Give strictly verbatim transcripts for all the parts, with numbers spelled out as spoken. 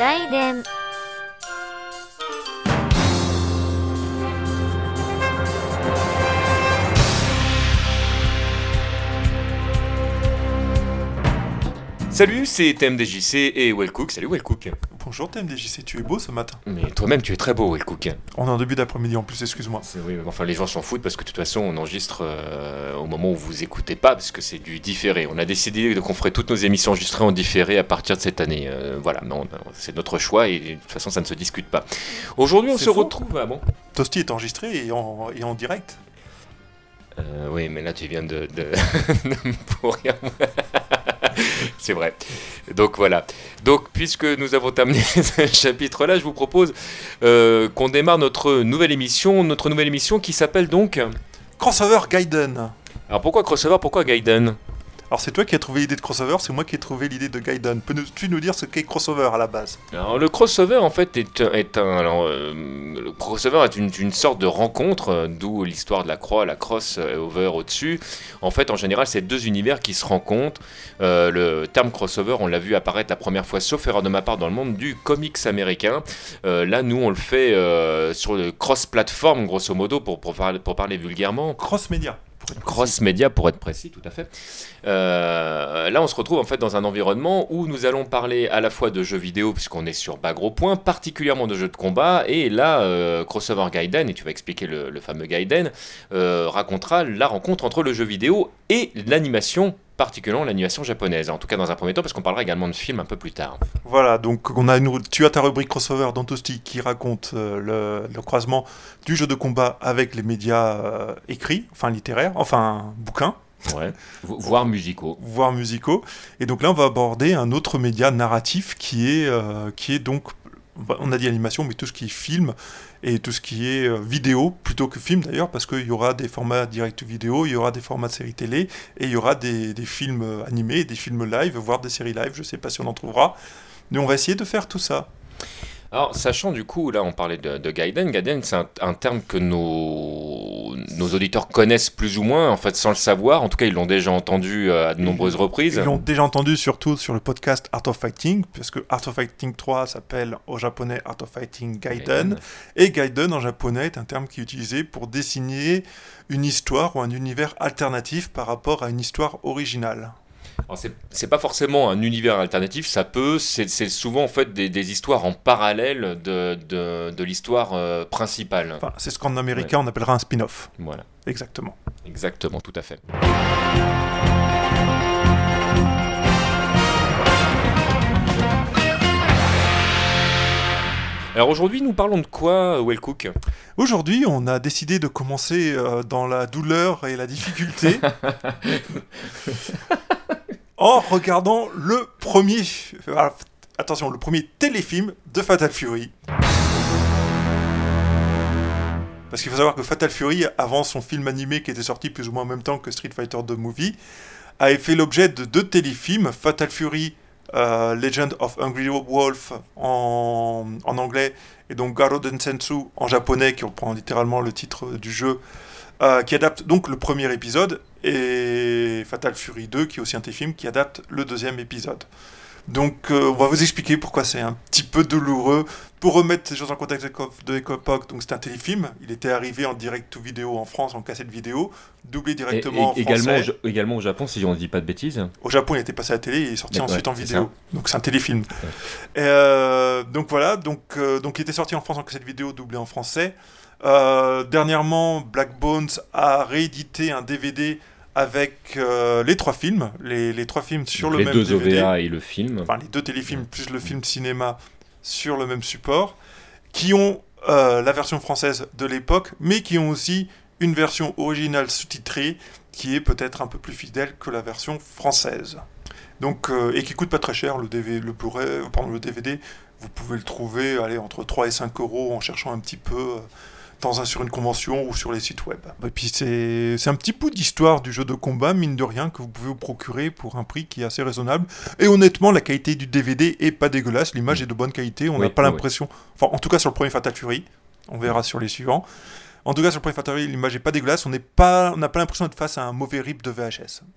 Gaiden. Salut, c'est T M D J C et Wellcook. Salut Wellcook. Bonjour T M D J C, tu es beau ce matin. Mais toi-même, tu es très beau, Wellcook. On est en début d'après-midi en plus, excuse-moi. C'est, oui, enfin les gens s'en foutent parce que de toute façon, on enregistre euh, au moment où vous écoutez pas, parce que c'est du différé. On a décidé qu'on ferait toutes nos émissions enregistrées en différé à partir de cette année. Euh, voilà, non, c'est notre choix et de toute façon, ça ne se discute pas. Aujourd'hui, on C'est se faux. retrouve. Ah bon Toasty est enregistré et en, et en direct. euh, Oui, mais là, tu viens de, de... de me pourrir. C'est vrai. Donc voilà. Donc puisque nous avons terminé ce chapitre-là, je vous propose euh, qu'on démarre notre nouvelle émission, notre nouvelle émission qui s'appelle donc... Crossover Gaiden. Alors pourquoi crossover, pourquoi Gaiden ? Alors c'est toi qui as trouvé l'idée de crossover, c'est moi qui ai trouvé l'idée de Gaiden. Peux-tu nous dire ce qu'est crossover à la base ? Alors le crossover en fait est, est un... Alors, euh, le crossover est une, une sorte de rencontre, euh, d'où l'histoire de la croix, la cross euh, over au-dessus. En fait en général c'est deux univers qui se rencontrent. Euh, le terme crossover on l'a vu apparaître la première fois, sauf erreur de ma part, dans le monde du comics américain. Euh, là nous on le fait euh, sur le cross-platform grosso modo pour, pour, parler, pour parler vulgairement. Cross-média. Cross-média pour être précis, tout à fait. Euh, là, on se retrouve en fait dans un environnement où nous allons parler à la fois de jeux vidéo, puisqu'on est sur bas gros points, particulièrement de jeux de combat, et là, euh, Crossover Gaiden, et tu vas expliquer le, le fameux Gaiden, euh, racontera la rencontre entre le jeu vidéo et l'animation, particulièrement l'animation japonaise, en tout cas dans un premier temps, parce qu'on parlera également de films un peu plus tard. Voilà, donc on a une, tu as ta rubrique crossover dans Toasty qui raconte euh, le, le croisement du jeu de combat avec les médias euh, écrits, enfin littéraires, enfin bouquins. Ouais. Voire musicaux. Voire musicaux. Et donc là, on va aborder un autre média narratif qui est, euh, qui est donc, on a dit animation, mais tout ce qui est film et tout ce qui est euh, vidéo, plutôt que film d'ailleurs, parce qu'il y aura des formats direct vidéo, il y aura des formats de séries télé, et il y aura des, des films animés, des films live, voire des séries live, je ne sais pas si on en trouvera. Mais on va essayer de faire tout ça. Alors, sachant du coup, là on parlait de, de Gaiden, Gaiden c'est un, un terme que nos, nos auditeurs connaissent plus ou moins, en fait sans le savoir, en tout cas ils l'ont déjà entendu euh, à de nombreuses reprises. Ils l'ont déjà entendu surtout sur le podcast Art of Fighting, puisque Art of Fighting trois s'appelle au japonais Art of Fighting Gaiden, Gaiden. Et Gaiden en japonais est un terme qui est utilisé pour désigner une histoire ou un univers alternatif par rapport à une histoire originale. Alors c'est, c'est pas forcément un univers alternatif, ça peut, c'est, c'est souvent en fait des, des histoires en parallèle de, de, de l'histoire euh, principale. Enfin, c'est ce qu'en américain ouais. on appellera un spin-off. Voilà. Exactement. Exactement, tout à fait. Alors aujourd'hui, nous parlons de quoi, Wellcook ? Aujourd'hui, on a décidé de commencer euh, dans la douleur et la difficulté en regardant le premier, euh, attention, le premier téléfilm de Fatal Fury. Parce qu'il faut savoir que Fatal Fury, avant son film animé qui était sorti plus ou moins en même temps que Street Fighter deux Movie, avait fait l'objet de deux téléfilms, Fatal Fury Uh, Legend of Hungry Wolf en, en anglais et donc Garo Densetsu en japonais qui reprend littéralement le titre du jeu uh, qui adapte donc le premier épisode et Fatal Fury deux qui est aussi un téléfilm qui adapte le deuxième épisode. Donc euh, on va vous expliquer pourquoi c'est un petit peu douloureux. Pour remettre les choses en contexte de l'époque, donc c'était un téléfilm, il était arrivé en direct to vidéo en France, en cassette vidéo, doublé directement et, et, en français. Également au, également au Japon, si on ne dit pas de bêtises. Au Japon, il était passé à la télé et il est sorti D'accord, ensuite ouais, en vidéo. ça. Donc c'est un téléfilm. Ouais. Et euh, donc voilà, donc, euh, donc il était sorti en France en cassette vidéo, doublé en français. Euh, dernièrement, Black Bones a réédité un D V D avec euh, les trois films, les, les trois films sur donc le les même deux D V D. O V A et le film. Enfin, les deux téléfilms ouais. plus le film cinéma sur le même support, qui ont euh, la version française de l'époque, mais qui ont aussi une version originale sous-titrée, qui est peut-être un peu plus fidèle que la version française. Donc, euh, et qui coûte pas très cher, le, D V D, le, Blu-ray, pardon, le D V D, vous pouvez le trouver allez, entre trois et cinq euros en cherchant un petit peu... Euh, dans un, sur une convention ou sur les sites web. Et puis c'est, c'est un petit bout d'histoire du jeu de combat, mine de rien, que vous pouvez vous procurer pour un prix qui est assez raisonnable. Et honnêtement, la qualité du D V D est pas dégueulasse, l'image est de bonne qualité, on n'a oui, pas oui, l'impression... Oui. Enfin, en tout cas sur le premier Fatal Fury, on verra sur les suivants. En tout cas sur le premier Fatal Fury, l'image est pas dégueulasse, on n'est pas, on n'a pas l'impression d'être face à un mauvais rip de V H S.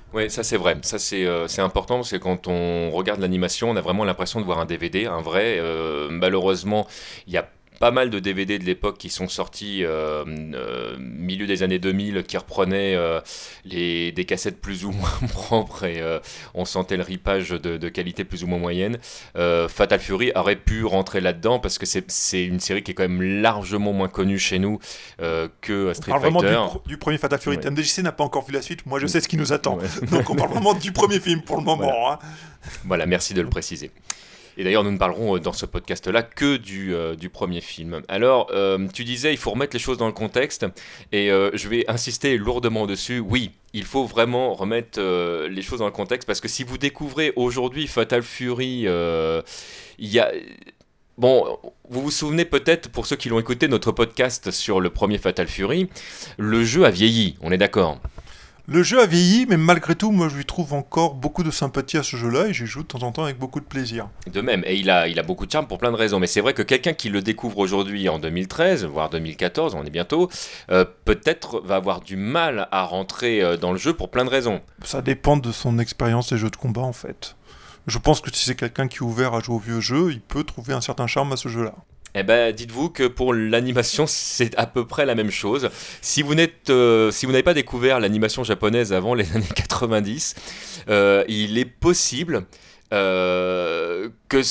Oui, ça c'est vrai. Ça c'est euh, c'est important parce que quand on regarde l'animation, on a vraiment l'impression de voir un D V D, un vrai. Euh, malheureusement, il y a pas mal de D V D de l'époque qui sont sortis euh, euh, milieu des années deux mille qui reprenaient euh, les, des cassettes plus ou moins propres et euh, on sentait le ripage de, de qualité plus ou moins moyenne. Euh, Fatal Fury aurait pu rentrer là-dedans parce que c'est c'est une série qui est quand même largement moins connue chez nous euh, que On Street parle vraiment du, Fighter. pr- du premier Fatal Fury. Ouais. M D J C n'a pas encore vu la suite. Moi, je sais ce qui nous attend. Ouais. Donc, on parle vraiment du premier film pour le moment. Voilà. Hein. Voilà, merci de le préciser. Et d'ailleurs, nous ne parlerons euh, dans ce podcast-là que du, euh, du premier film. Alors, euh, tu disais, il faut remettre les choses dans le contexte, et euh, je vais insister lourdement dessus. Oui, il faut vraiment remettre euh, les choses dans le contexte, parce que si vous découvrez aujourd'hui Fatal Fury, euh, il y a... Bon, vous vous souvenez peut-être, pour ceux qui l'ont écouté, notre podcast sur le premier Fatal Fury, le jeu a vieilli, on est d'accord? Le jeu a vieilli, mais malgré tout, moi, je lui trouve encore beaucoup de sympathie à ce jeu-là et j'y joue de temps en temps avec beaucoup de plaisir. De même, et il a, il a beaucoup de charme pour plein de raisons. Mais c'est vrai que quelqu'un qui le découvre aujourd'hui en deux mille treize, voire deux mille quatorze, on est bientôt, euh, peut-être va avoir du mal à rentrer euh, dans le jeu pour plein de raisons. Ça dépend de son expérience des jeux de combat, en fait. Je pense que si c'est quelqu'un qui est ouvert à jouer aux vieux jeux, il peut trouver un certain charme à ce jeu-là. Eh ben, dites-vous que pour l'animation, c'est à peu près la même chose. Si vous n'êtes, euh, si vous n'avez pas découvert l'animation japonaise avant les années quatre-vingt-dix, euh, il est possible euh, que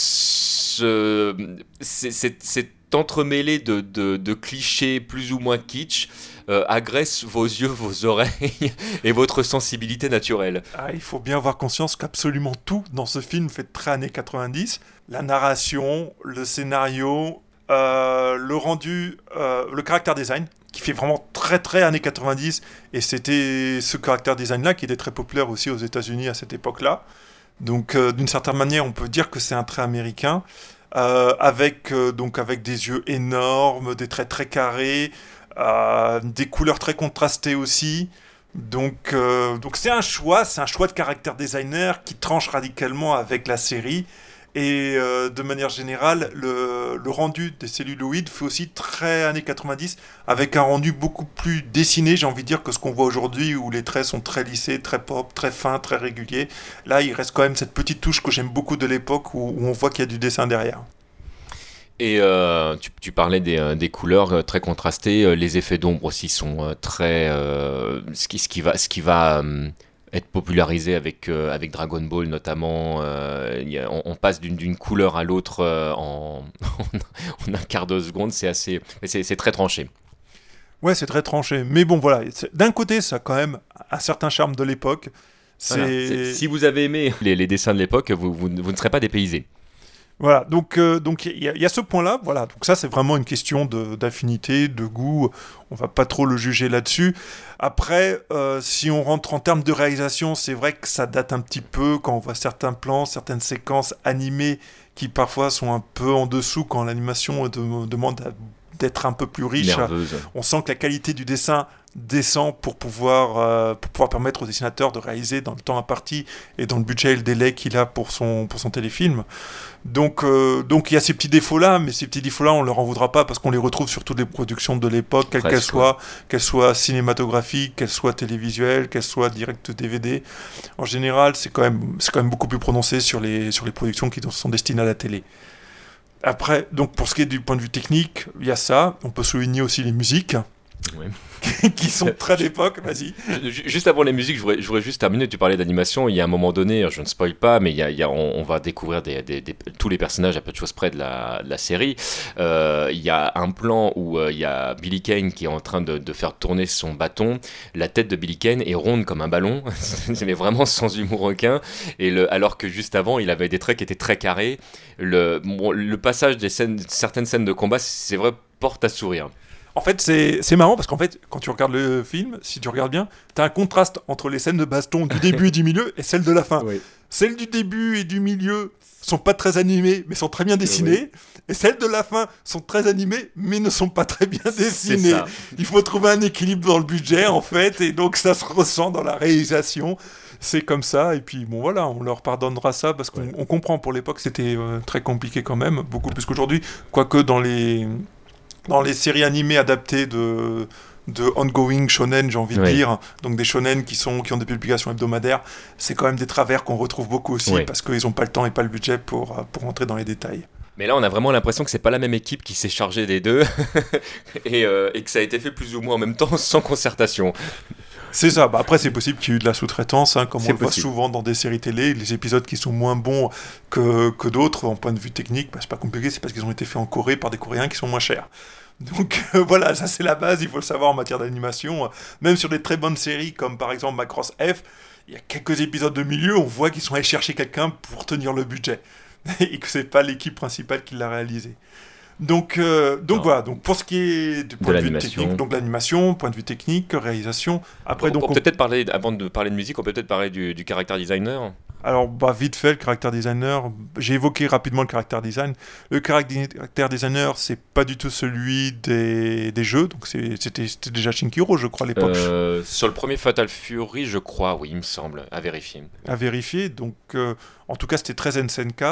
ce, c'est, c'est, cet entremêlé de, de, de clichés plus ou moins kitsch euh, agresse vos yeux, vos oreilles et votre sensibilité naturelle. Ah, il faut bien avoir conscience qu'absolument tout dans ce film fait très années quatre-vingt-dix. La narration, le scénario, euh, le rendu, euh, le caractère design, qui fait vraiment très très années quatre-vingt-dix. Et c'était ce caractère design-là qui était très populaire aussi aux États-Unis à cette époque-là. Donc euh, d'une certaine manière, on peut dire que c'est un trait américain. Euh, avec, euh, donc avec des yeux énormes, des traits très carrés, euh, des couleurs très contrastées aussi. Donc, euh, donc c'est un choix, c'est un choix de caractère designer qui tranche radicalement avec la série. Et euh, de manière générale, le, le rendu des celluloïdes fait aussi très années quatre-vingt-dix, avec un rendu beaucoup plus dessiné, j'ai envie de dire, que ce qu'on voit aujourd'hui, où les traits sont très lissés, très pop, très fins, très réguliers. Là, il reste quand même cette petite touche que j'aime beaucoup de l'époque, où, où on voit qu'il y a du dessin derrière. Et euh, tu, tu parlais des, euh, des couleurs euh, très contrastées, euh, les effets d'ombre aussi sont euh, très... euh, ce, qui, ce qui va, ce qui va euh, être popularisé avec, euh, avec Dragon Ball notamment. Euh, y a- on, on passe d'une, d'une couleur à l'autre euh, en, en un quart de seconde, c'est assez... C'est, c'est très tranché. Ouais, c'est très tranché. Mais bon, voilà. c'est- D'un côté, ça a quand même un certain charme de l'époque. Voilà. C'est- C'est... Si vous avez aimé les, les dessins de l'époque, vous, vous, vous ne serez pas dépaysé. Voilà, donc euh, donc il y, a- il y a ce point-là, voilà. Donc ça, c'est vraiment une question de, d'affinité, de goût. On va pas trop le juger là-dessus. Après, euh, si on rentre en termes de réalisation, c'est vrai que ça date un petit peu quand on voit certains plans, certaines séquences animées qui parfois sont un peu en dessous quand l'animation de- demande à- d'être un peu plus riche. Nerveuse. On sent que la qualité du dessin descend pour pouvoir, euh, pour pouvoir permettre au dessinateur de réaliser dans le temps imparti et dans le budget et le délai qu'il a pour son, pour son téléfilm. Donc, euh, donc il y a ces petits défauts-là, mais ces petits défauts-là, on ne leur en voudra pas parce qu'on les retrouve sur toutes les productions de l'époque, quelles Presque, qu'elles soient, qu'elles soient cinématographiques, qu'elles soient télévisuelles, qu'elles soient direct D V D. En général, c'est quand même, c'est quand même beaucoup plus prononcé sur les, sur les productions qui sont destinées à la télé. Après, donc pour ce qui est du point de vue technique, il y a ça. On peut souligner aussi les musiques Ouais. qui sont très d'époque. Vas-y. Ju- Juste avant les musiques, je voudrais, je voudrais juste terminer. Tu parlais d'animation. Il y a un moment donné, je ne spoil pas, mais il y a, il y a- on, on va découvrir des, des- des- tous les personnages à peu de choses près de la, de la série. Euh, il y a un plan où euh, il y a Billy Kane qui est en train de, de faire tourner son bâton. La tête de Billy Kane est ronde comme un ballon, mais vraiment sans humour aucun. Et le, alors que juste avant, il avait des traits qui étaient très carrés. Le, bon, le passage des scènes, certaines scènes de combat, c'est vrai, porte à sourire. En fait, c'est c'est marrant parce qu'en fait, quand tu regardes le film, si tu regardes bien, tu as un contraste entre les scènes de baston du début et du milieu et celles de la fin. Oui. Celles du début et du milieu sont pas très animées, mais sont très bien dessinées. Et celles de la fin sont très animées, mais ne sont pas très bien C'est dessinées. ça. Il faut trouver un équilibre dans le budget, en fait, et donc ça se ressent dans la réalisation. C'est comme ça, et puis bon voilà, on leur pardonnera ça parce qu'on Ouais. on comprend pour l'époque c'était euh, très compliqué quand même, beaucoup plus qu'aujourd'hui. Quoique dans les, dans les séries animées adaptées de, de ongoing shonen, j'ai envie Oui. de dire, donc des shonen qui, sont, qui ont des publications hebdomadaires, c'est quand même des travers qu'on retrouve beaucoup aussi, Oui. parce qu'ils n'ont pas le temps et pas le budget pour, pour entrer dans les détails. Mais là, on a vraiment l'impression que c'est pas la même équipe qui s'est chargée des deux et, euh, et que ça a été fait plus ou moins en même temps sans concertation. C'est ça, bah après c'est possible qu'il y ait eu de la sous-traitance, hein, comme C'est on le voit possible. souvent dans des séries télé, les épisodes qui sont moins bons que, que d'autres en point de vue technique, bah, c'est pas compliqué, c'est parce qu'ils ont été faits en Corée par des Coréens qui sont moins chers. Donc euh, voilà, ça c'est la base, il faut le savoir en matière d'animation. Même sur des très bonnes séries comme par exemple Macross F, il y a quelques épisodes de milieu, on voit qu'ils sont allés chercher quelqu'un pour tenir le budget et que c'est pas l'équipe principale qui l'a réalisé. Donc, euh, donc Non. voilà, donc pour ce qui est du point de, vue l'animation. technique, donc l'animation, point de vue technique, réalisation. Après, on, donc, on on- peut peut-être parler, avant de parler de musique, on peut peut-être parler du, du character designer. alors bah, vite fait, le character designer, j'ai évoqué rapidement le character design. Le character designer, c'est pas du tout celui des, des jeux, donc c'est- c'était c'était déjà Shinkiro, je crois, à l'époque, Euh, sur le premier Fatal Fury, je crois, oui, il me semble, à vérifier. à vérifier. Donc, euh, en tout cas, c'était très N S N K.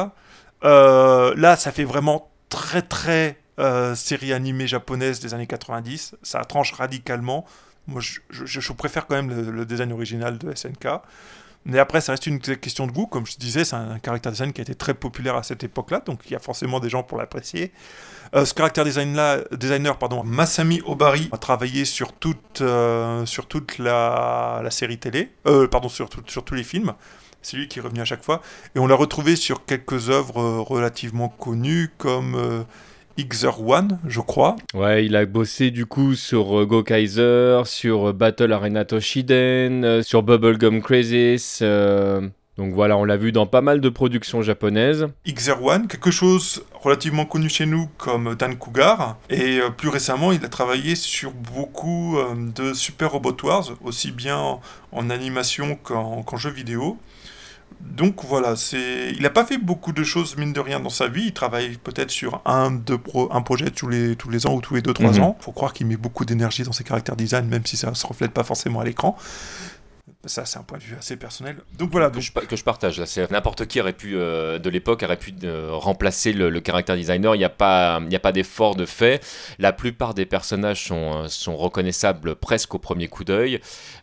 Euh, là, ça fait vraiment très très euh, série animée japonaise des années quatre-vingt-dix. Ça tranche radicalement. Moi, je, je- je préfère quand même le, le design original de S N K. Mais après, ça reste une question de goût. Comme je disais, c'est un caractère design qui a été très populaire à cette époque-là, donc il y a forcément des gens pour l'apprécier. Euh, ce caractère design-là, designer, pardon, Masami Obari, a travaillé sur toute, euh, sur toute la, la série télé, euh, pardon, sur, tout- sur tous les films. C'est lui qui est revenu à chaque fois. Et on l'a retrouvé sur quelques œuvres euh, relativement connues, comme euh, Xer One, je crois. Ouais, il a bossé du coup sur euh, Go Kaiser, sur euh, Battle Arena Toshiden, euh, sur Bubblegum Crisis. euh, Donc voilà, on l'a vu dans pas mal de productions japonaises. Xer One, quelque chose relativement connu chez nous comme Dan Cougar. Et euh, plus récemment, il a travaillé sur beaucoup euh, de Super Robot Wars, aussi bien en, en animation qu'en qu'en jeu vidéo. Donc voilà, c'est... il n'a pas fait beaucoup de choses, mine de rien, dans sa vie. Il travaille peut-être sur un, deux pro... un projet tous les, tous les ans ou tous les deux, trois Mhm. ans. Il faut croire qu'il met beaucoup d'énergie dans ses caractères design, même si ça ne se reflète pas forcément à l'écran. Ça, c'est un point de vue assez personnel. Donc voilà, que, donc, je, pa- que je partage. Là, c'est n'importe qui aurait pu euh, de l'époque aurait pu euh, remplacer le, le character designer. Il n'y a pas, il y a pas d'effort de fait. La plupart des personnages sont, euh, sont reconnaissables presque au premier coup d'œil.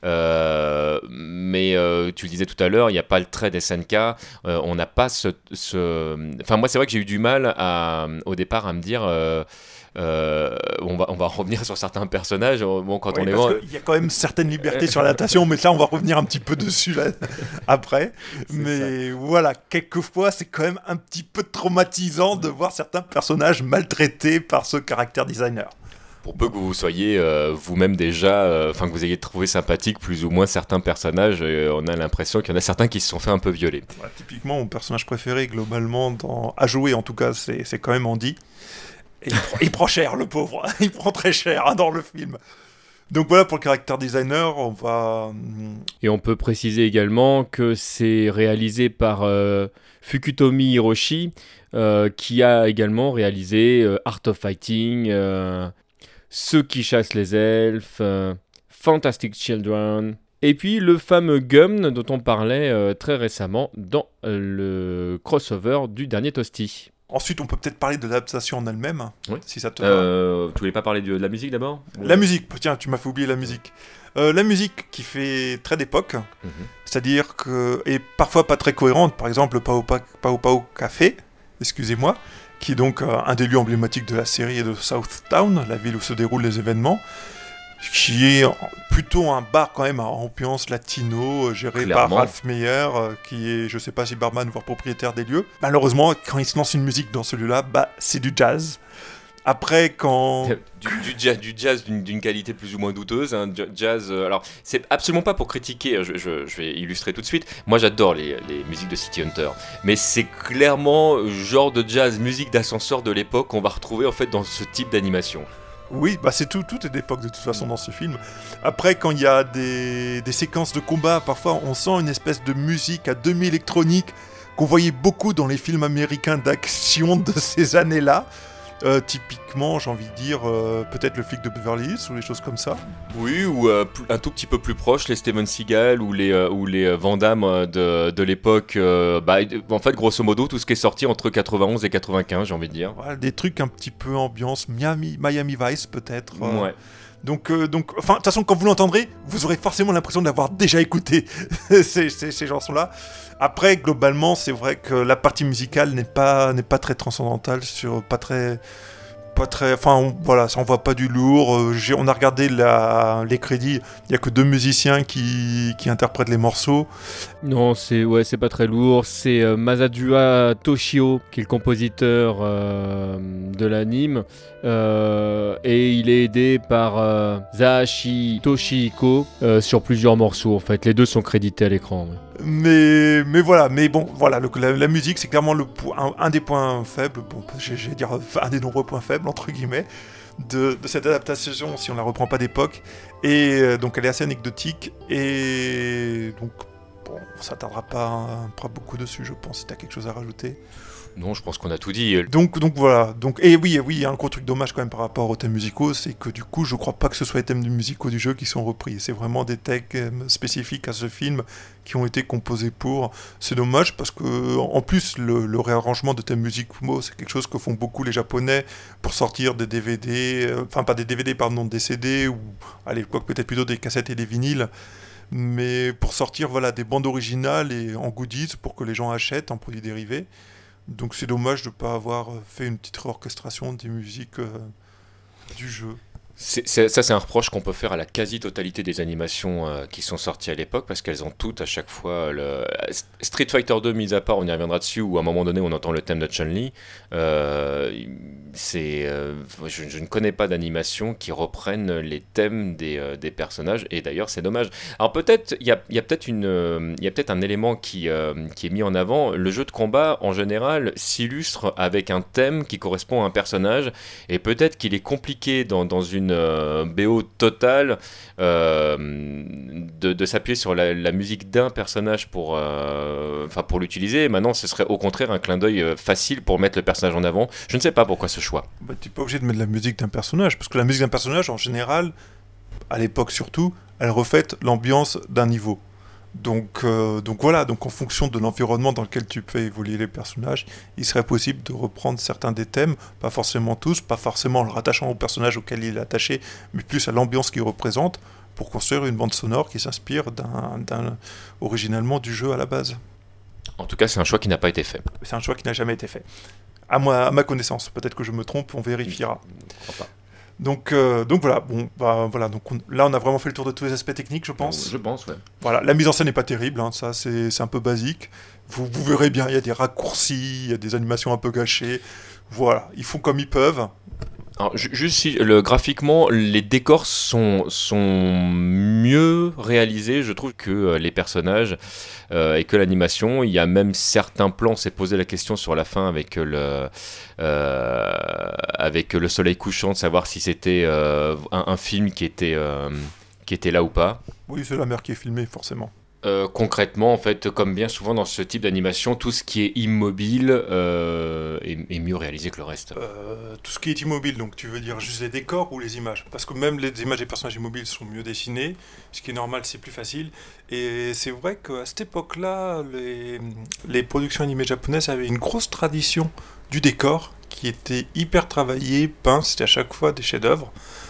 Euh, mais euh, tu le disais tout à l'heure, il n'y a pas le trait des S N K. Euh, on n'a pas ce, ce. Enfin, moi, c'est vrai que j'ai eu du mal à, au départ à me dire. Euh, euh, on, va, on va revenir sur certains personnages. Bon, quand oui, on les parce voit. qu'il y a quand même certaines libertés sur l'adaptation, mais ça, on va revenir un petit peu dessus là, après. Mais voilà, quelquefois, c'est quand même un petit peu traumatisant de voir certains personnages maltraités par ce caractère designer. Pour peu que vous soyez euh, vous-même déjà, enfin que vous ayez trouvé sympathique plus ou moins certains personnages, euh, on a l'impression qu'il y en a certains qui se sont fait un peu violer. Voilà, typiquement, mon personnage préféré, globalement, dans... à jouer en tout cas, c'est, c'est quand même Andy. Et il, prend, il prend cher, le pauvre. Il prend très cher hein, dans le film. Donc voilà pour le caractère designer, on va... Et on peut préciser également que c'est réalisé par euh, Fukutomi Hiroshi, euh, qui a également réalisé euh, Art of Fighting, euh, Ceux qui chassent les elfes, euh, Fantastic Children, et puis le fameux Gum dont on parlait euh, très récemment dans euh, le crossover du dernier Toasty. Ensuite, on peut peut-être parler de l'adaptation en elle-même, Oui. si ça te va. Euh, tu voulais pas parler de, de la musique d'abord? La musique, tiens, tu m'as fait oublier la musique. Euh, la musique qui fait très d'époque, Mhm. c'est-à-dire que, et parfois pas très cohérente, par exemple Pao Pao, Pao Pao Café, excusez-moi, qui est donc euh, un des lieux emblématiques de la série et de Southtown, la ville où se déroulent les événements, qui est plutôt un bar quand même à ambiance latino, euh, géré Clairement. par Ralph Meyer, euh, qui est, je sais pas si barman voire propriétaire des lieux. Malheureusement, quand il se lance une musique dans ce lieu-là, bah c'est du jazz. Après, quand... Du, du jazz, du jazz d'une, d'une qualité plus ou moins douteuse, hein, j- jazz. euh, alors, c'est absolument pas pour critiquer. Je, je- je vais illustrer tout de suite. Moi, j'adore les, les musiques de City Hunter, mais c'est clairement le genre de jazz, musique d'ascenseur de l'époque qu'on va retrouver en fait dans ce type d'animation. Oui, bah c'est tout, tout est d'époque de toute façon dans ce film. Après, quand il y a des, des séquences de combat, parfois on sent une espèce de musique à demi-électronique qu'on voyait beaucoup dans les films américains d'action de ces années-là. Euh, typiquement, j'ai envie de dire, euh, peut-être le flic de Beverly Hills ou les choses comme ça. Oui, ou euh, pl- un tout petit peu plus proche, les Steven Seagal ou les, euh, ou les euh, Van Damme euh, de, de l'époque. euh, bah, en fait, grosso modo, tout ce qui est sorti entre quatre-vingt-onze et quatre-vingt-quinze, j'ai envie de dire. Voilà, des trucs un petit peu ambiance Miami, Miami Vice peut-être. euh, Ouais. Donc, euh, donc, enfin, de toute façon, quand vous l'entendrez, vous aurez forcément l'impression de l'avoir déjà écouté, ces, ces, ces chansons-là. Après, globalement, c'est vrai que la partie musicale n'est pas, n'est pas très transcendantale, sur, pas très... Pas très, enfin on, voilà, ça envoie pas du lourd. Euh, j'ai, on a regardé la, les crédits, il y a que deux musiciens qui, qui interprètent les morceaux. Non, c'est ouais, c'est pas très lourd. C'est euh, Masaduha Toshio qui est le compositeur euh, de l'anime euh, et il est aidé par euh, Zahashi Toshihiko euh, sur plusieurs morceaux. En fait, les deux sont crédités à l'écran. Ouais. Mais, mais voilà, mais bon, voilà, le, la, la musique, c'est clairement le, un, un des points faibles, bon, je vais dire un des nombreux points faibles, entre guillemets, de, de cette adaptation, si on la reprend pas d'époque. Et euh, donc, elle est assez anecdotique, et donc, bon, on s'attardera pas, pas beaucoup dessus, je pense, si t'as quelque chose à rajouter. Non, je pense qu'on a tout dit. Donc, donc voilà. Donc, et oui, oui, il y a un gros truc dommage quand même par rapport aux thèmes musicaux, c'est que du coup, je crois pas que ce soit les thèmes musicaux du jeu qui sont repris. C'est vraiment des thèmes spécifiques à ce film qui ont été composés pour. C'est dommage parce que, en plus, le, le réarrangement de thèmes musicaux, c'est quelque chose que font beaucoup les Japonais pour sortir des D V D, euh, enfin pas des D V D, pardon, des C D ou à l'époque peut-être plutôt des cassettes et des vinyles. Mais pour sortir, voilà, des bandes originales et en goodies pour que les gens achètent en produits dérivés. Donc c'est dommage de ne pas avoir fait une petite réorchestration des musiques euh, du jeu. C'est, c'est, ça, c'est un reproche qu'on peut faire à la quasi-totalité des animations euh, qui sont sorties à l'époque, parce qu'elles ont toutes à chaque fois... Le... Street Fighter deux, mis à part, on y reviendra dessus, où à un moment donné, on entend le thème de Chun-Li. Euh, c'est, euh, je, je ne connais pas d'animation qui reprennent les thèmes des, euh, des personnages, et d'ailleurs, c'est dommage. Alors peut-être, il y a, y a peut-être une, euh, y a peut-être un élément qui, euh, qui est mis en avant. Le jeu de combat, en général, s'illustre avec un thème qui correspond à un personnage, et peut-être qu'il est compliqué dans, dans une Euh, B O totale euh, de, de s'appuyer sur la, la musique d'un personnage pour, euh, pour l'utiliser. Maintenant, ce serait au contraire un clin d'œil facile pour mettre le personnage en avant. Je ne sais pas pourquoi ce choix. Bah, tu n'es pas obligé de mettre la musique d'un personnage, parce que la musique d'un personnage, en général, à l'époque surtout, elle reflète l'ambiance d'un niveau. Donc, euh, donc voilà, donc en fonction de l'environnement dans lequel tu fais évoluer les personnages, il serait possible de reprendre certains des thèmes, pas forcément tous, pas forcément en le rattachant au personnage auquel il est attaché, mais plus à l'ambiance qu'il représente, pour construire une bande sonore qui s'inspire d'un, d'un, originalement du jeu à la base. En tout cas, c'est un choix qui n'a pas été fait. C'est un choix qui n'a jamais été fait. À, moi, à ma connaissance, peut-être que je me trompe, on vérifiera. Je ne crois pas. Donc, euh, donc voilà, bon, bah, voilà donc on, là on a vraiment fait le tour de tous les aspects techniques, je pense. Je pense, ouais. Voilà, la mise en scène n'est pas terrible, hein, ça c'est, c'est un peu basique. Vous, vous verrez bien, il y a des raccourcis, il y a des animations un peu gâchées. Voilà, ils font comme ils peuvent. Alors, juste si, le, graphiquement, les décors sont, sont mieux réalisés, je trouve, que euh, les personnages euh, et que l'animation. Il y a même certains plans, on s'est posé la question sur la fin avec le, euh, avec le soleil couchant, de savoir si c'était euh, un, un film qui était, euh, qui était là ou pas. Oui, c'est la mer qui est filmée, forcément. Euh, concrètement, en fait, comme bien souvent dans ce type d'animation, tout ce qui est immobile euh, est, est mieux réalisé que le reste. Euh, tout ce qui est immobile, donc tu veux dire juste les décors ou les images? Parce que même les images des personnages immobiles sont mieux dessinées, ce qui est normal, c'est plus facile. Et c'est vrai qu'à cette époque-là, les, les productions animées japonaises avaient une grosse tradition du décor qui était hyper travaillé, peint, c'était à chaque fois des chefs-d'œuvre.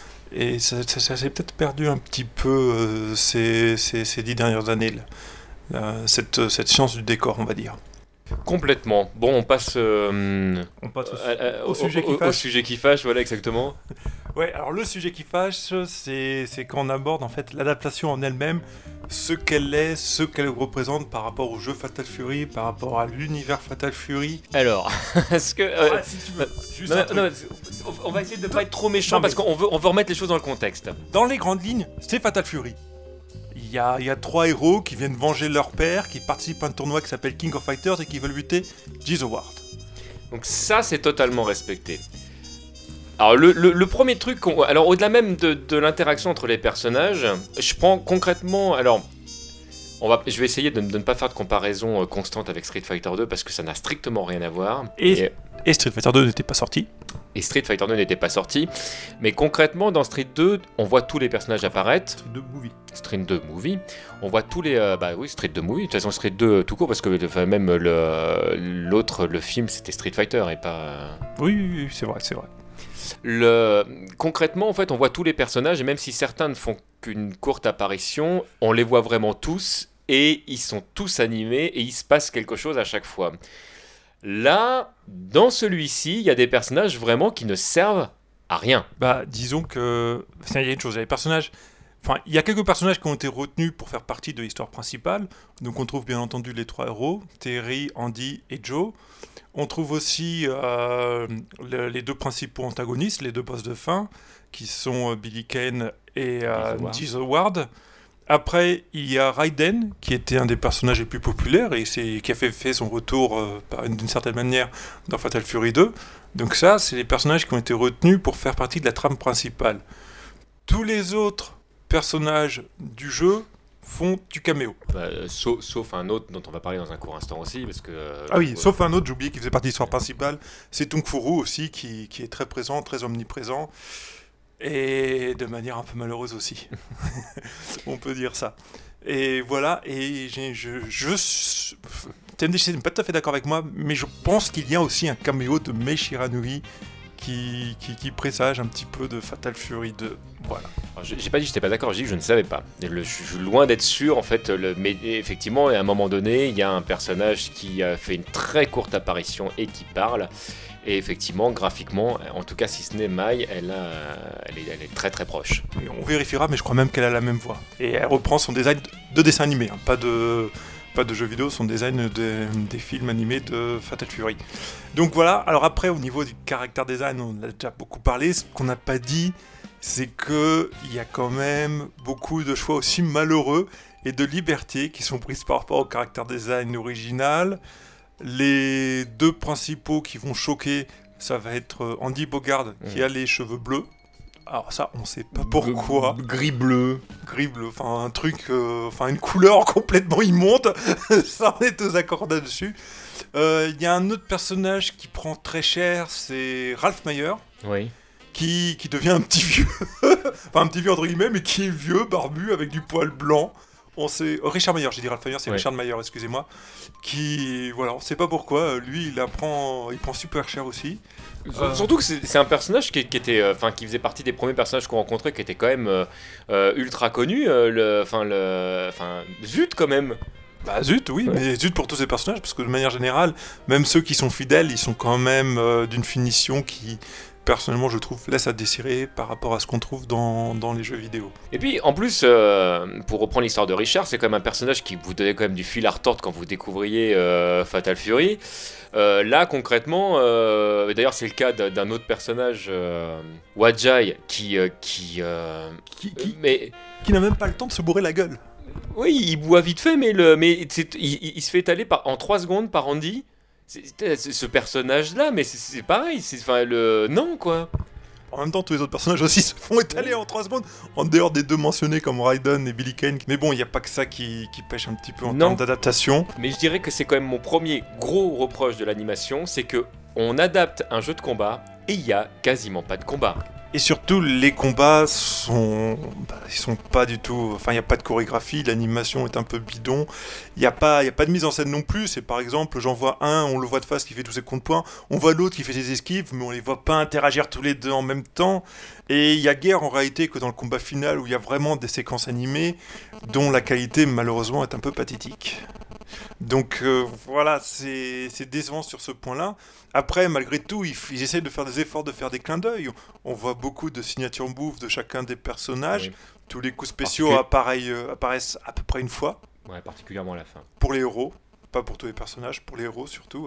Et ça, ça, ça s'est peut-être perdu un petit peu euh, ces, ces, ces dix dernières années, là. Là, cette, cette science du décor, on va dire. Complètement. Bon, on passe, euh, On passe au, à- à- au sujet qui au- fâche. au sujet qui fâche, voilà exactement. Ouais, alors le sujet qui fâche, c'est, c'est quand on aborde en fait l'adaptation en elle-même, ce qu'elle est, ce qu'elle représente par rapport au jeu Fatal Fury, par rapport à l'univers Fatal Fury. Alors, est-ce que... euh, Ah, si tu veux, juste non, un non, truc. non, on- on va essayer de ne pas être trop méchant Non, mais- parce qu'on veut, on veut remettre les choses dans le contexte. Dans les grandes lignes, c'est Fatal Fury. Il y a, il y a trois héros qui viennent venger leur père, qui participent à un tournoi qui s'appelle King of Fighters et qui veulent buter Geese Howard. Donc ça, c'est totalement respecté. Alors le, le, le premier truc, qu'on- alors au-delà même de, de l'interaction entre les personnages, je prends concrètement, alors on va, je vais essayer de, de ne pas faire de comparaison euh, constante avec Street Fighter deux parce que ça n'a strictement rien à voir. Et- Et Street Fighter deux n'était pas sorti. et Street Fighter deux n'était pas sorti, mais concrètement dans Street deux, on voit tous les personnages apparaître. Street deux Movie. Street deux Movie, on voit tous les... euh, bah oui, Street deux Movie, de toute façon Street deux euh, tout court, parce que enfin, même le, l'autre, le film, c'était Street Fighter et pas... euh, Oui, oui, oui, c'est vrai, c'est vrai. Le... Concrètement, en fait, on voit tous les personnages, et même si certains ne font qu'une courte apparition, on les voit vraiment tous, et ils sont tous animés, et il se passe quelque chose à chaque fois. Là, dans celui-ci, il y a des personnages vraiment qui ne servent à rien. Bah, disons que... Il y a une chose, il y a les personnages... Enfin, il y a quelques personnages qui ont été retenus pour faire partie de l'histoire principale. Donc on trouve bien entendu les trois héros, Terry, Andy et Joe. On trouve aussi euh, le, les deux principaux antagonistes, les deux boss de fin, qui sont euh, Billy Kane et euh, Diz Howard. Après, il y a Raiden, qui était un des personnages les plus populaires et c'est, qui a fait, fait son retour euh, par une, d'une certaine manière dans Fatal Fury deux. Donc ça, c'est les personnages qui ont été retenus pour faire partie de la trame principale. Tous les autres personnages du jeu font du caméo. Bah, sauf, sauf un autre dont on va parler dans un court instant aussi, parce que... Euh, ah oui, euh, sauf un autre, j'ai oublié, qui faisait partie de l'histoire principale, c'est Tung Furu aussi, qui, qui est très présent, très omniprésent, et de manière un peu malheureuse aussi. On peut dire ça. Et voilà, et j'ai, je... je T M D C n'est pas tout à fait d'accord avec moi, mais je pense qu'il y a aussi un caméo de Mei Shiranui qui, qui, qui présage un petit peu de Fatal Fury deux. Voilà. Alors, j'ai pas dit que j'étais pas d'accord, j'ai dit que je ne savais pas. Le, je suis loin d'être sûr, en fait. Le, mais effectivement, à un moment donné, il y a un personnage qui a fait une très courte apparition et qui parle. Et effectivement, graphiquement, en tout cas, si ce n'est Mai, elle, a, elle, est, elle est très très proche. Et on vérifiera, mais je crois même qu'elle a la même voix. Et elle reprend son design de dessin animé, hein, pas de... pas de jeux vidéo, son design de, des films animés de Fatal Fury. Donc voilà, alors après au niveau du character design, on en a déjà beaucoup parlé, ce qu'on n'a pas dit, c'est qu'il y a quand même beaucoup de choix aussi malheureux et de libertés qui sont prises par rapport au character design original. Les deux principaux qui vont choquer, ça va être Andy Bogard qui a les cheveux bleus. Alors ça, on sait pas pourquoi. Gris-bleu. Gris-bleu, enfin un truc, euh, enfin une couleur complètement immonde. Ça, on est tous d'accord là-dessus. Il euh, y a un autre personnage qui prend très cher, c'est Ralph Mayer. Oui. Qui, qui devient un petit vieux. Enfin un petit vieux entre guillemets, mais qui est vieux, barbu, avec du poil blanc. On sait... Oh, Richard Mayer, j'ai dit Ralph Mayer, c'est ouais. Richard Mayer, excusez-moi. Qui, voilà, on sait pas pourquoi, lui, il apprend, il prend super cher aussi. Euh... Surtout que c'est, c'est un personnage qui, qui était, enfin, euh, qui faisait partie des premiers personnages qu'on rencontrait, qui était quand même euh, euh, ultra connu. Euh, le, enfin, le, enfin, zut quand même. Bah zut, oui, ouais. Mais zut pour tous ces personnages, parce que de manière générale, même ceux qui sont fidèles, ils sont quand même euh, d'une finition qui... personnellement, je trouve, laisse à désirer par rapport à ce qu'on trouve dans, dans les jeux vidéo. Et puis, en plus, euh, pour reprendre l'histoire de Richard, c'est quand même un personnage qui vous donnait quand même du fil à retordre quand vous découvriez euh, Fatal Fury. Euh, là, concrètement, euh, d'ailleurs, c'est le cas d'un autre personnage, euh, Wadjai, qui... Euh, qui, euh, qui, qui, mais... qui n'a même pas le temps de se bourrer la gueule. Oui, il boit vite fait, mais, le, mais c'est, il, il se fait étaler par, en trois secondes par Andy. C'est, c'est ce personnage-là, mais c'est, c'est pareil, c'est, enfin, le... Non, quoi. En même temps, tous les autres personnages aussi se font étaler en trois secondes, en dehors des deux mentionnés comme Raiden et Billy Kane. Mais bon, il n'y a pas que ça qui, qui pêche un petit peu en non. termes d'adaptation. Mais je dirais que c'est quand même mon premier gros reproche de l'animation, c'est que on adapte un jeu de combat et il n'y a quasiment pas de combat. Et surtout, les combats sont... Bah, ils sont pas du tout... Enfin, il n'y a pas de chorégraphie, l'animation est un peu bidon. Il n'y a, a pas de mise en scène non plus. C'est par exemple, j'en vois un, on le voit de face qui fait tous ses contre-points. On voit l'autre qui fait ses esquives, mais on les voit pas interagir tous les deux en même temps. Et il y a guère en réalité que dans le combat final où il y a vraiment des séquences animées dont la qualité, malheureusement, est un peu pathétique. Donc euh, voilà, c'est, c'est décevant sur ce point-là. Après, malgré tout, ils, ils essayent de faire des efforts, de faire des clins d'œil. On voit beaucoup de signatures moves de chacun des personnages. Oui. Tous les coups spéciaux Particu- apparaissent, euh, apparaissent à peu près une fois. Ouais, particulièrement à la fin. Pour les héros, pas pour tous les personnages, pour les héros surtout.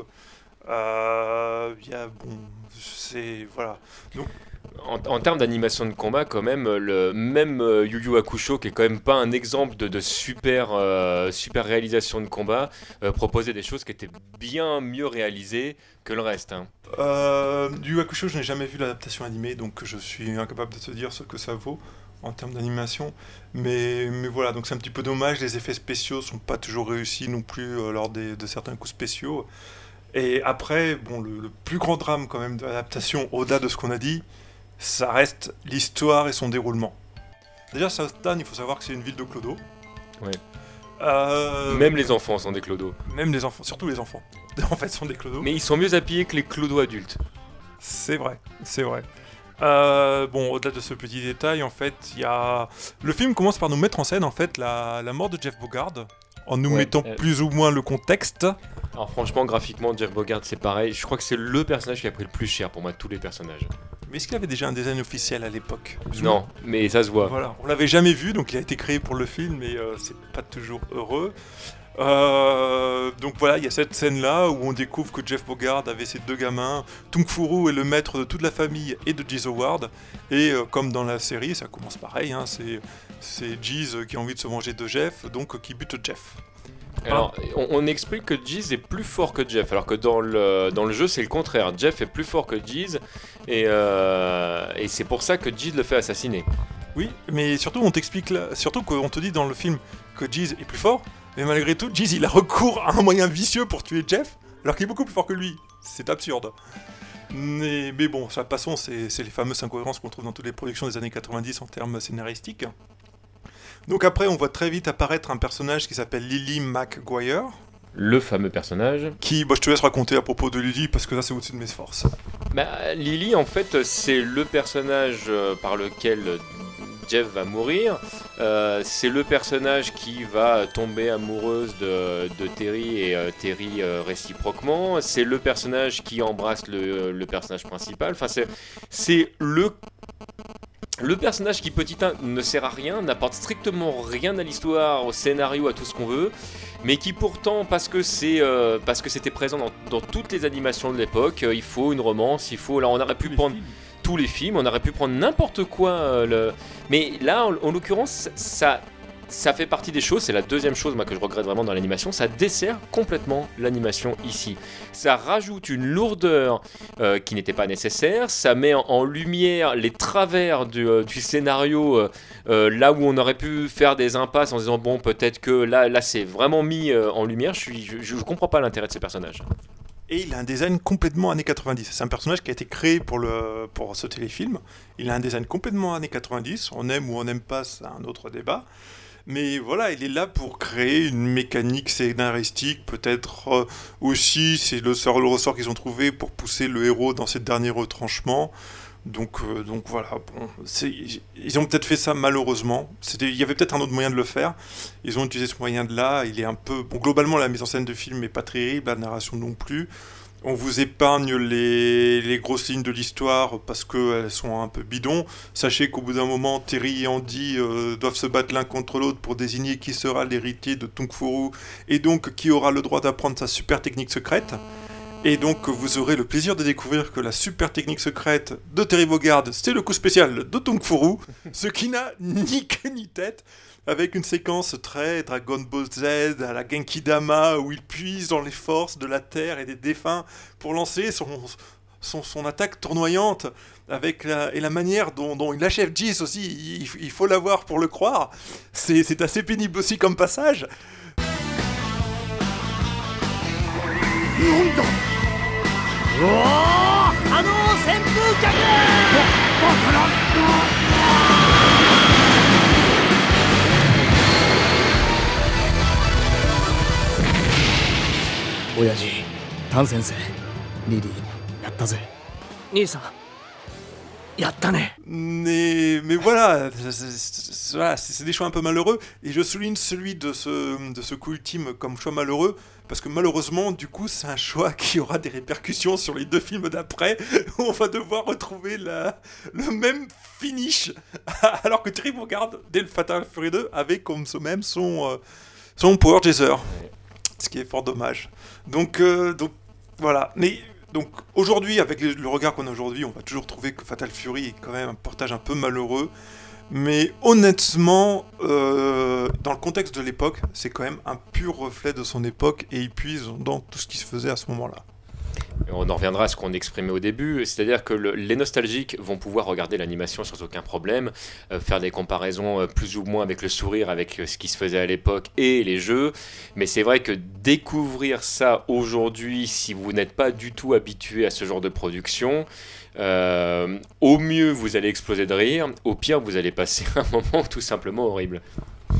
Euh, y a, bon, c'est... Voilà. Donc... En, en termes d'animation de combat, quand même, le même euh, Yu Yu Hakusho, qui est quand même pas un exemple de, de super, euh, super réalisation de combat, euh, proposait des choses qui étaient bien mieux réalisées que le reste. Hein. Euh, Yu Yu Hakusho, je n'ai jamais vu l'adaptation animée, donc je suis incapable de te dire ce que ça vaut en termes d'animation. Mais, mais voilà, donc c'est un petit peu dommage, les effets spéciaux sont pas toujours réussis non plus euh, lors des, de certains coups spéciaux. Et après, bon, le, le plus grand drame quand même de l'adaptation, au-delà de ce qu'on a dit, ça reste l'histoire et son déroulement. Déjà, Southtown, il faut savoir que c'est une ville de clodo. Ouais. Euh... Même les enfants sont des clodos. Même les enfants, surtout les enfants. En fait, sont des clodos. Mais ils sont mieux habillés que les clodos adultes. C'est vrai, c'est vrai. Euh, bon, au-delà de ce petit détail, en fait, il y a... Le film commence par nous mettre en scène, en fait, la, la mort de Jeff Bogard, en nous Ouais, mettant euh. plus ou moins le contexte. Alors franchement, graphiquement, Jeff Bogard, c'est pareil. Je crois que c'est le personnage qui a pris le plus cher pour moi de tous les personnages. Mais est-ce qu'il avait déjà un design officiel à l'époque? Plus ou moins. Non, mais ça se voit. Voilà, on l'avait jamais vu, donc il a été créé pour le film, mais euh, c'est pas toujours heureux. Euh, donc voilà, il y a cette scène-là où on découvre que Jeff Bogard avait ses deux gamins. Tung Furu est le maître de toute la famille et de Giz Howard. Et euh, comme dans la série, ça commence pareil, hein, c'est, c'est Giz qui a envie de se venger de Jeff, donc euh, qui bute Jeff. Alors, on, on explique que Giz est plus fort que Jeff, alors que dans le, dans le jeu, c'est le contraire. Jeff est plus fort que Giz, et, euh, et c'est pour ça que Giz le fait assassiner. Oui, mais surtout on t'explique là, surtout qu'on te dit dans le film que Giz est plus fort, mais malgré tout, Giz il a recours à un moyen vicieux pour tuer Jeff, alors qu'il est beaucoup plus fort que lui. C'est absurde. Mais, mais bon, ça, passons, c'est, c'est les fameuses incohérences qu'on trouve dans toutes les productions des années quatre-vingt-dix en termes scénaristiques. Donc après, on voit très vite apparaître un personnage qui s'appelle Lily McGuire, Le fameux personnage. qui, bah, je te laisse raconter à propos de Lily, parce que là c'est au-dessus de mes forces. Bah, Lily, en fait, c'est le personnage euh, par lequel Jeff va mourir. Euh, c'est le personnage qui va tomber amoureuse de, de Terry et euh, Terry euh, réciproquement. C'est le personnage qui embrasse le, le personnage principal. Enfin, c'est, c'est le... Le personnage qui, petit un, ne sert à rien, n'apporte strictement rien à l'histoire, au scénario, à tout ce qu'on veut, mais qui pourtant, parce que, c'est, euh, parce que c'était présent dans, dans toutes les animations de l'époque, euh, il faut une romance, il faut... Là, on aurait pu prendre tous les films, on aurait pu prendre n'importe quoi, euh, le... mais là, en, en l'occurrence, ça... Ça fait partie des choses, c'est la deuxième chose moi, que je regrette vraiment dans l'animation, ça dessert complètement l'animation ici. Ça rajoute une lourdeur euh, qui n'était pas nécessaire, ça met en, en lumière les travers du, euh, du scénario, euh, euh, là où on aurait pu faire des impasses en disant bon peut-être que là, là c'est vraiment mis euh, en lumière, je ne je, je comprends pas l'intérêt de ces personnages. Et il a un design complètement années quatre-vingt-dix. C'est un personnage qui a été créé pour, le, pour ce téléfilm. Il a un design complètement années quatre-vingt-dix. On aime ou on n'aime pas, c'est un autre débat. Mais voilà, il est là pour créer une mécanique scénaristique, peut-être euh, aussi, c'est le, le ressort qu'ils ont trouvé pour pousser le héros dans ses derniers retranchements. Donc, euh, donc voilà, bon, c'est, ils ont peut-être fait ça malheureusement. C'était, il y avait peut-être un autre moyen de le faire. Ils ont utilisé ce moyen-là. Il est un peu, bon, globalement, la mise en scène du film n'est pas terrible, la narration non plus. On vous épargne les, les grosses lignes de l'histoire parce qu'elles sont un peu bidons. Sachez qu'au bout d'un moment, Terry et Andy euh, doivent se battre l'un contre l'autre pour désigner qui sera l'héritier de Tung Furu et donc qui aura le droit d'apprendre sa super technique secrète. Et donc vous aurez le plaisir de découvrir que la super technique secrète de Terry Bogard, c'est le coup spécial de Tung Furu, ce qui n'a ni queue ni tête. Avec une séquence très Dragon Ball Z à la Genki Dama où il puise dans les forces de la terre et des défunts pour lancer son, son, son attaque tournoyante avec la, et la manière dont, dont il achève Giz aussi, il, il faut l'avoir pour le croire. C'est, c'est assez pénible aussi comme passage. Oyaji, Tan sensei, Lily, yatta ze. Nii-san, yatta ne. Mais, mais voilà, c'est, c'est, voilà c'est, c'est des choix un peu malheureux. Et je souligne celui de ce, de ce coup ultime comme choix malheureux, parce que malheureusement, du coup, c'est un choix qui aura des répercussions sur les deux films d'après, où on va devoir retrouver la, le même finish, alors que Terry Bogard, dès le Fatal Fury deux, avait comme ce même son, euh, son Power Chaser. Ce qui est fort dommage. Donc, euh, donc voilà. Mais donc aujourd'hui, avec le, le regard qu'on a aujourd'hui, on va toujours trouver que Fatal Fury est quand même un portage un peu malheureux. Mais honnêtement, euh, dans le contexte de l'époque, c'est quand même un pur reflet de son époque et il puise dans tout ce qui se faisait à ce moment-là. On en reviendra à ce qu'on exprimait au début, c'est-à-dire que le, les nostalgiques vont pouvoir regarder l'animation sans aucun problème, euh, faire des comparaisons euh, plus ou moins avec le sourire, avec euh, ce qui se faisait à l'époque et les jeux, mais c'est vrai que découvrir ça aujourd'hui, si vous n'êtes pas du tout habitué à ce genre de production, euh, au mieux vous allez exploser de rire, au pire vous allez passer un moment tout simplement horrible.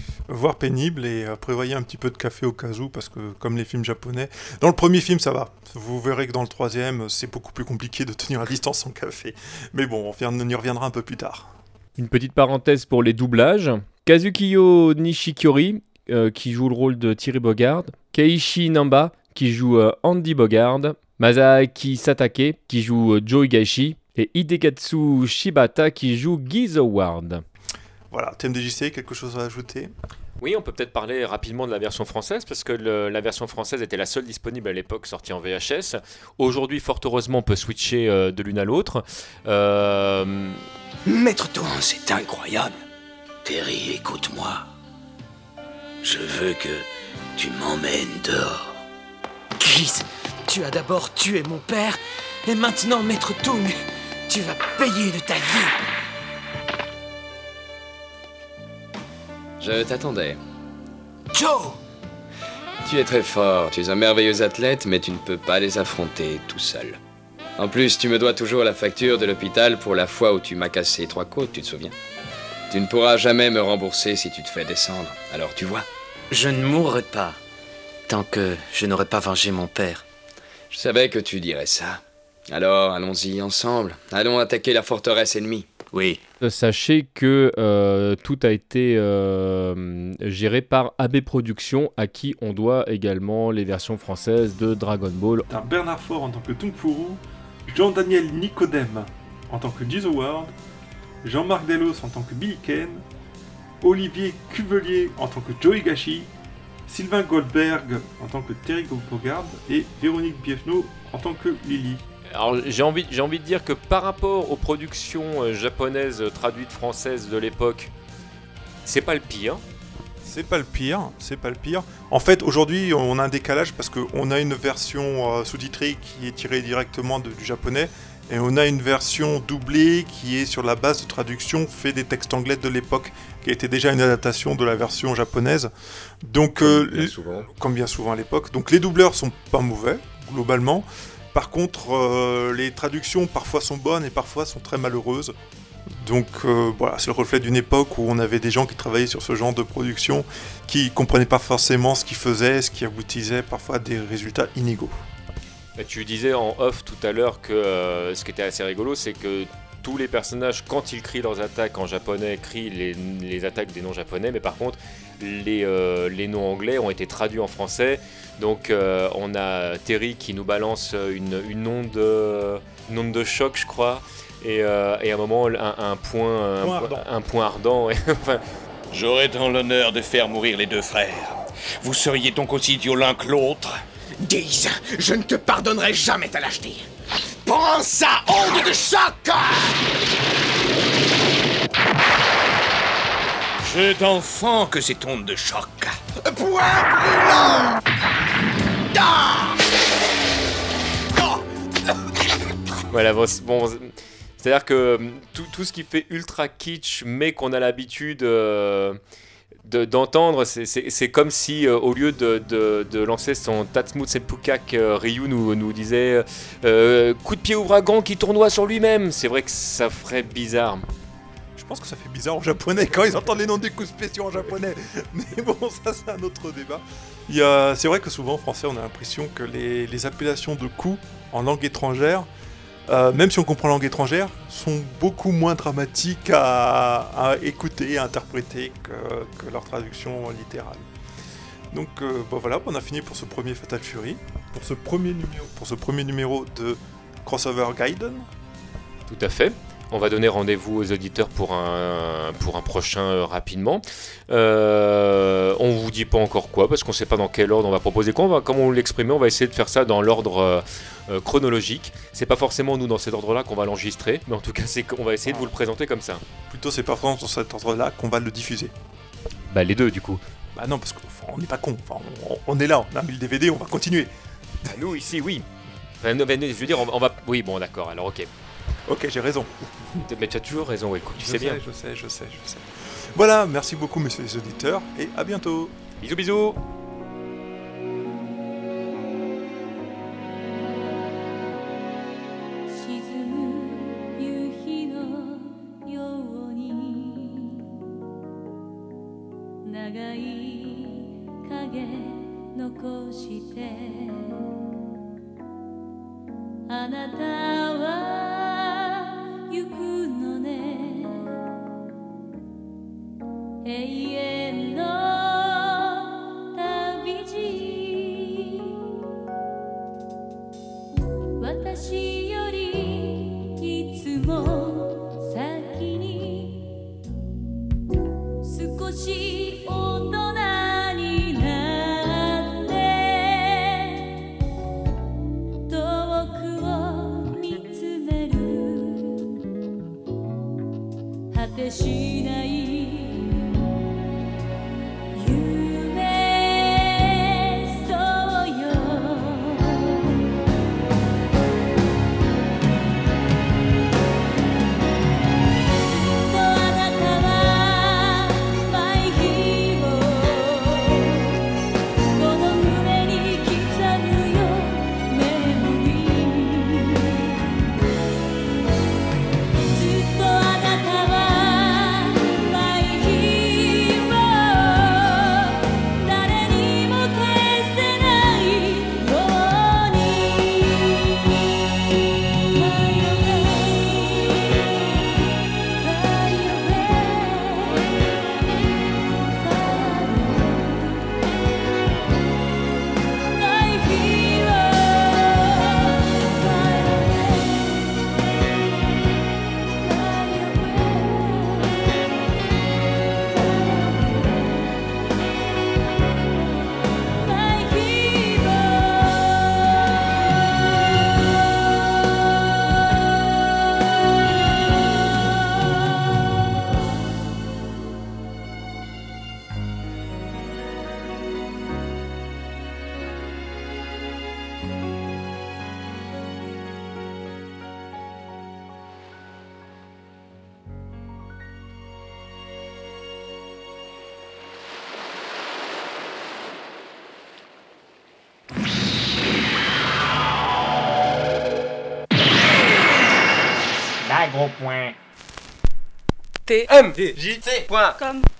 Voire pénible et euh, prévoyez un petit peu de café au cas où parce que comme les films japonais, dans le premier film ça va, Vous verrez que dans le troisième, c'est beaucoup plus compliqué de tenir à distance son café. Mais bon, on y reviendra un peu plus tard. Une petite parenthèse pour les doublages. Kazukiyo Nishikori, euh, qui joue le rôle de Thierry Bogard. Keiichi Namba, qui joue euh, Andy Bogard. Masaaki Satake, qui joue euh, Joe Hisaishi. Et Hidekatsu Shibata, qui joue Guy Howard. Voilà, T M D J C, quelque chose à ajouter ? Oui, on peut peut-être parler rapidement de la version française, parce que le, la version française était la seule disponible à l'époque, sortie en V H S. Aujourd'hui, fort heureusement, on peut switcher euh, de l'une à l'autre. Euh... Maître Toon, c'est incroyable. Terry, écoute-moi. Je veux que tu m'emmènes dehors. Chris, tu as d'abord tué mon père, et maintenant, Maître Toon, tu vas payer de ta vie. Je t'attendais. Joe! Tu es très fort, tu es un merveilleux athlète, mais tu ne peux pas les affronter tout seul. En plus, tu me dois toujours la facture de l'hôpital pour la fois où tu m'as cassé trois côtes, tu te souviens? Tu ne pourras jamais me rembourser si tu te fais descendre, alors tu vois. Je ne mourrai pas, tant que je n'aurai pas vengé mon père. Je savais que tu dirais ça. Alors, allons-y ensemble. Allons attaquer la forteresse ennemie. Oui. Sachez que euh, tout a été euh, géré par A B Productions, à qui on doit également les versions françaises de Dragon Ball. T'as Bernard Faure en tant que Tung Furu, Jean-Daniel Nicodème en tant que Giz Howard, Jean-Marc Delos en tant que Billy Ken, Olivier Cuvelier en tant que Joe Hisaishi, Sylvain Goldberg en tant que Terry Bogard et Véronique Biefno en tant que Lily. Alors j'ai envie, j'ai envie de dire que par rapport aux productions euh, japonaises euh, traduites françaises de l'époque, c'est pas le pire. C'est pas le pire, c'est pas le pire. En fait, aujourd'hui, on a un décalage parce qu'on a une version euh, sous-titrée qui est tirée directement de, du japonais et on a une version doublée qui est sur la base de traduction fait des textes anglais de l'époque, qui était déjà une adaptation de la version japonaise. Donc, Comme euh, bien souvent. comme bien souvent à l'époque. Donc les doubleurs sont pas mauvais, globalement. Par contre, euh, les traductions parfois sont bonnes et parfois sont très malheureuses. Donc euh, voilà, c'est le reflet d'une époque où on avait des gens qui travaillaient sur ce genre de production qui comprenaient pas forcément ce qu'ils faisaient, ce qui aboutissait parfois à des résultats inégaux. Et tu disais en off tout à l'heure que euh, ce qui était assez rigolo, c'est que tous les personnages, quand ils crient leurs attaques en japonais, crient les, les attaques des noms japonais, mais par contre, les, euh, les noms anglais ont été traduits en français. Donc euh, on a Terry qui nous balance une, une, onde, une onde de choc, je crois, et, euh, et à un moment, un, un point, un, Point ardent. un point ardent. Ouais. Enfin, J'aurais tant l'honneur de faire mourir les deux frères. Vous seriez donc aussi idiots l'un que l'autre. Diz, je ne te pardonnerai jamais ta lâcheté. Prends ça, onde de choc! Jeu d'enfant que cette onde de choc. Point brûlant! Ah! Oh! voilà, bon, c'est- bon, c'est- c'est-à-dire que tout, tout ce qui fait ultra kitsch, mais qu'on a l'habitude euh, de- d'entendre, c'est- c'est c'est comme si, euh, au lieu de, de- de lancer son Tatsumou Senpukak, euh, Ryu nous, nous disait euh, coup de pied ouragan qui tournoie sur lui-même. C'est vrai que ça ferait bizarre. Je pense que ça fait bizarre en japonais quand ils entendent les noms des coups spéciaux en japonais. Mais bon, ça c'est un autre débat. Il y a- C'est vrai que souvent en français on a l'impression que les, les appellations de coups en langue étrangère, euh, même si on comprend la langue étrangère, sont beaucoup moins dramatiques à, à écouter, à interpréter que, que leur traduction littérale. Donc euh, bon, voilà, on a fini pour ce premier Fatal Fury, pour ce premier numéro, pour ce premier numéro de Crossover Gaiden. Tout à fait. On va donner rendez-vous aux auditeurs pour un, pour un prochain euh, rapidement. Euh, on vous dit pas encore quoi, parce qu'on sait pas dans quel ordre on va proposer quoi. On va, comme on l'exprimait, on va essayer de faire ça dans l'ordre euh, euh, chronologique. C'est pas forcément nous dans cet ordre-là qu'on va l'enregistrer, mais en tout cas, c'est qu'on va essayer de vous le présenter comme ça. Plutôt c'est pas forcément dans cet ordre-là qu'on va le diffuser. Bah les deux du coup. Bah non, parce qu'on n'est pas con. Enfin, on, on est là, on a mis le D V D, on va continuer. Bah, nous ici, oui. Enfin, non, mais, je veux dire, on, on va. Oui, bon, d'accord. Alors, ok. Ok, j'ai raison. Mais tu as toujours raison, écoute, tu je sais bien. Je sais, je sais, je sais. Voilà, merci beaucoup, messieurs les auditeurs, et à bientôt. Bisous, bisous. 沈む夕日のように長い影残してあなたは行くのね永遠の旅路私よりいつも先に少し大人になって遠くを見つめる果てしない T M J C point com